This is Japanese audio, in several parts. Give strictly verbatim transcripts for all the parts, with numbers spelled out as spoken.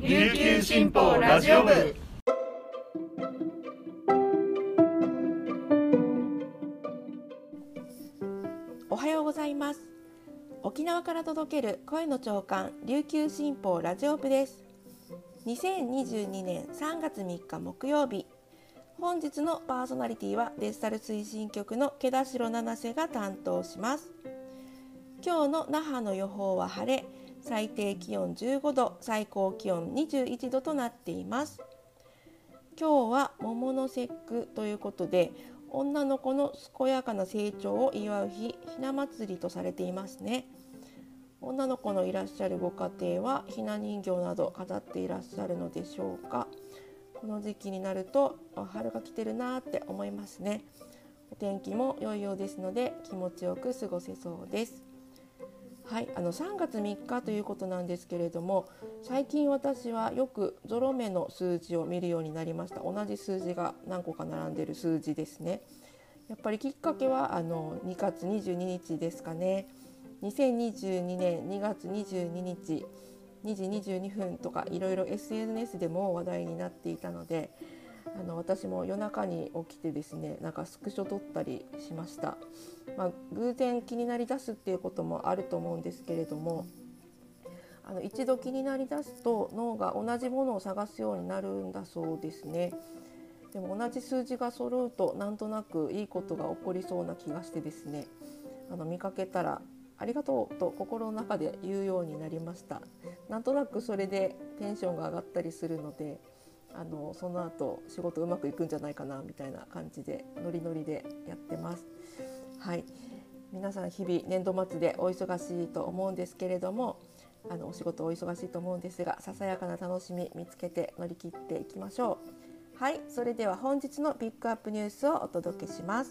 琉球新報ラジオ部。 おはようございます。沖縄から届ける声の朝刊琉球新報ラジオ部です。にせんにじゅうにねんさんがつみっか木曜日、本日のパーソナリティはデジタル推進局の毛田代七瀬が担当します。今日の那覇の予報は晴れ、最低気温じゅうごど、最高気温にじゅういちどとなっています。今日は桃の節句ということで、女の子の健やかな成長を祝う日、ひな祭りとされていますね。女の子のいらっしゃるご家庭はひな人形など飾っていらっしゃるのでしょうか。この時期になると春が来てるなって思いますね。お天気も良いようですので気持ちよく過ごせそうです。はい、あのさんがつみっかということなんですけれども、最近私はよくゾロ目の数字を見るようになりました。同じ数字が何個か並んでいる数字ですね。やっぱりきっかけはあのにがつにじゅうににちですかね。にせんにじゅうにねんにがつにじゅうににちにじにじゅうにふんとかいろいろ エスエヌエス でも話題になっていたので、あの私も夜中に起きてですね、なんかスクショ撮ったりしました。まあ、偶然気になりだすっていうこともあると思うんですけれども、あの一度気になりだすと脳が同じものを探すようになるんだそうですね。でも同じ数字が揃うとなんとなくいいことが起こりそうな気がしてですね、あの見かけたらありがとうと心の中で言うようになりました。なんとなくそれでテンションが上がったりするので、あのその後仕事うまくいくんじゃないかなみたいな感じでノリノリでやってます。はい、皆さん日々年度末でお忙しいと思うんですけれども、あのお仕事お忙しいと思うんですが、ささやかな楽しみ見つけて乗り切っていきましょう。はい、それでは本日のピックアップニュースをお届けします。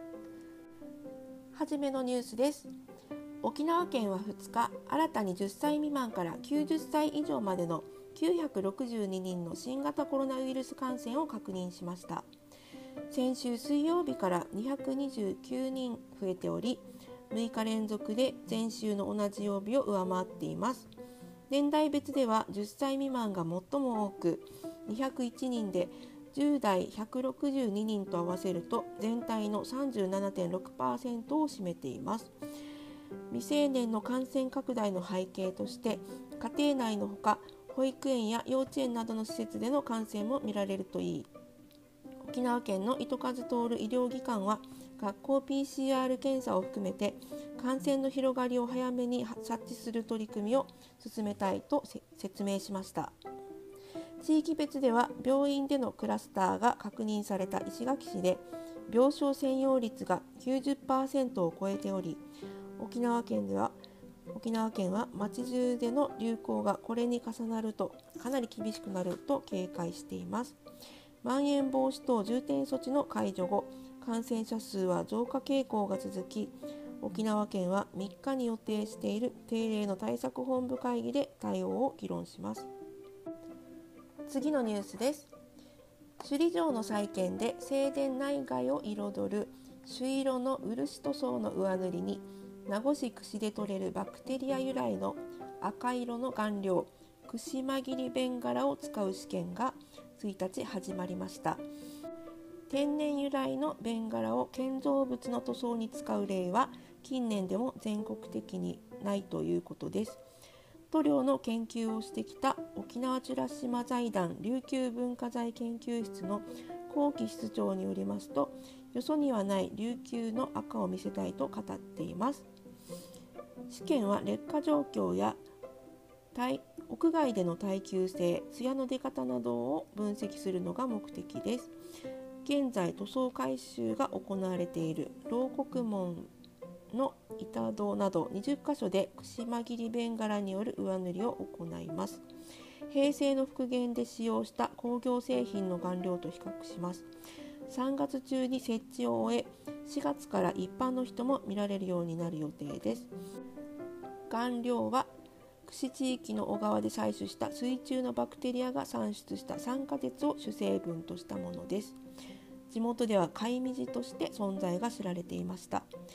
はじめのニュースです。沖縄県はふつか、新たにじゅっさい未満からきゅうじゅっさい以上までのきゅうひゃくろくじゅうににんの新型コロナウイルス感染を確認しました。先週水曜日からにひゃくにじゅうきゅうにん増えており、むいか連続で前週の同じ曜日を上回っています。年代別ではじゅっさい未満が最も多くにひゃくいちにんで、じゅうだいひゃくろくじゅうににんと合わせると全体の さんじゅうななてんろくパーセント を占めています。未成年の感染拡大の背景として、家庭内のほか保育園や幼稚園などの施設での感染も見られるといい、沖縄県の糸数通る医療機関は学校 ピーシーアール 検査を含めて感染の広がりを早めに察知する取り組みを進めたいと説明しました。地域別では病院でのクラスターが確認された石垣市で病床占用率が きゅうじゅっパーセント を超えており、沖縄県では沖縄県は町中での流行がこれに重なるとかなり厳しくなると警戒しています。まん延防止等重点措置の解除後、感染者数は増加傾向が続き、沖縄県はみっかに予定している定例の対策本部会議で対応を議論します。次のニュースです。首里城の再建で正殿内外を彩る朱色の漆塗装の上塗りに、名護市串で採れるバクテリア由来の赤色の顔料、串間切りベンガラを使う試験がついたち始まりました。天然由来のベンガラを建造物の塗装に使う例は近年でも全国的にないということです。塗料の研究をしてきた沖縄美ら島財団琉球文化財研究室の幸喜室長によりますと、よそにはない琉球の赤を見せたいと語っています。試験は劣化状況や屋外での耐久性、艶の出方などを分析するのが目的です。現在塗装改修が行われている牢獄門の板戸などにじゅっかしょで串間切りベンガラによる上塗りを行います。平成の復元で使用した工業製品の顔料と比較します。さんがつ中に設置を終え、しがつから一般の人も見られるようになる予定です。顔料は串地域の小川で採取した水中のバクテリアが産出した酸化鉄を主成分としたものです。地元では貝みじとして存在が知られていました。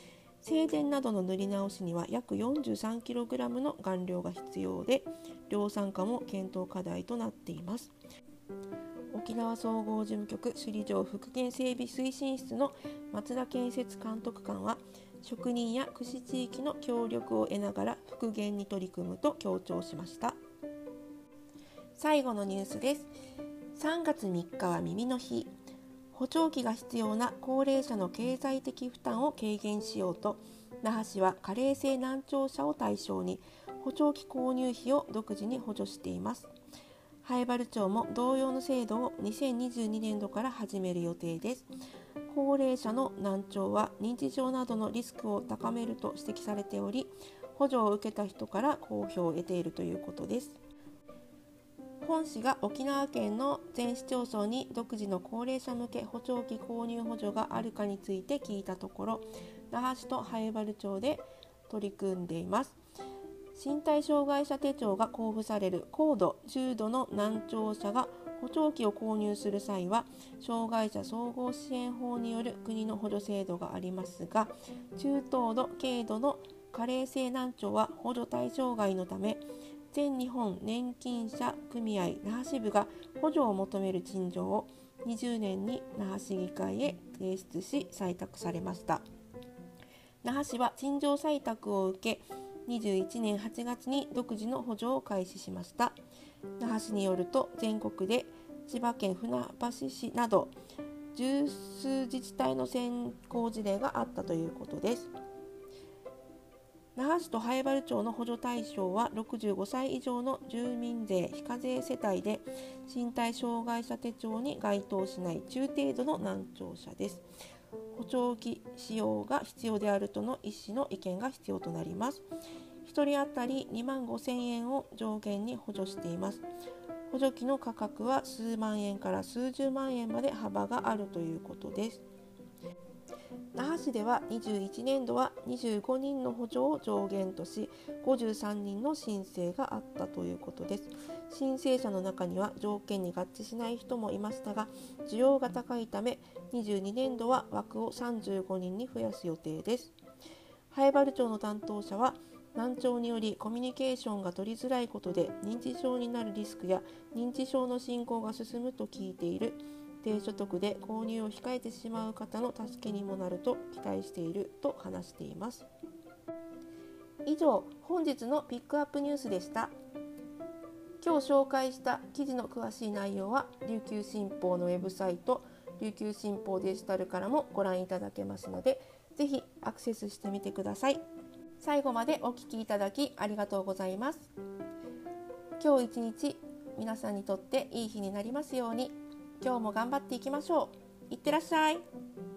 静電などの塗り直しには約 よんじゅうさんキログラム の顔料が必要で、量産化も検討課題となっています。沖縄総合事務局首里城復元整備推進室の松田建設監督官は、職人や串地域の協力を得ながら復元に取り組むと強調しました。最後のニュースです。さんがつみっかは耳の日。補聴器が必要な高齢者の経済的負担を軽減しようと、那覇市は加齢性難聴者を対象に補聴器購入費を独自に補助しています。南風原町も同様の制度をにせんにじゅうにねんどから始める予定です。高齢者の難聴は認知症などのリスクを高めると指摘されており、補助を受けた人から好評を得ているということです。本市が沖縄県の全市町村に独自の高齢者向け補聴器購入補助があるかについて聞いたところ、那覇市と南風原町で取り組んでいます。身体障害者手帳が交付される高度・重度の難聴者が補聴器を購入する際は、障害者総合支援法による国の補助制度がありますが、中等度・軽度の加齢性難聴は補助対象外のため、全日本年金者組合那覇支部が補助を求める陳情をにじゅうねんに那覇市議会へ提出し採択されました。那覇市は陳情採択を受け、にじゅういちねんはちがつに独自の補助を開始しました。那覇市によると、全国で千葉県船橋市など十数自治体の先行事例があったということです。那覇市と南風原町の補助対象はろくじゅうごさい以上の住民税非課税世帯で、身体障害者手帳に該当しない中程度の難聴者です。補聴器使用が必要であるとの医師の意見が必要となります。ひとり当たりにまんごせんえんを上限に補助しています。補助器の価格は数万円から数十万円まで幅があるということです。那覇市ではにじゅういちねんどはにじゅうごにんの補助を上限とし、ごじゅうさんにんの申請があったということです。申請者の中には条件に合致しない人もいましたが、需要が高いためにじゅうにねんどは枠をさんじゅうごにんに増やす予定です。南風原町の担当者は、難聴によりコミュニケーションが取りづらいことで認知症になるリスクや認知症の進行が進むと聞いている。低所得で購入を控えてしまう方の助けにもなると期待していると話しています。以上、本日のピックアップニュースでした。今日紹介した記事の詳しい内容は琉球新報のウェブサイト、琉球新報デジタルからもご覧いただけますので、ぜひアクセスしてみてください。最後までお聞きいただきありがとうございます。今日一日皆さんにとっていい日になりますように。今日も頑張っていきましょう。いってらっしゃい。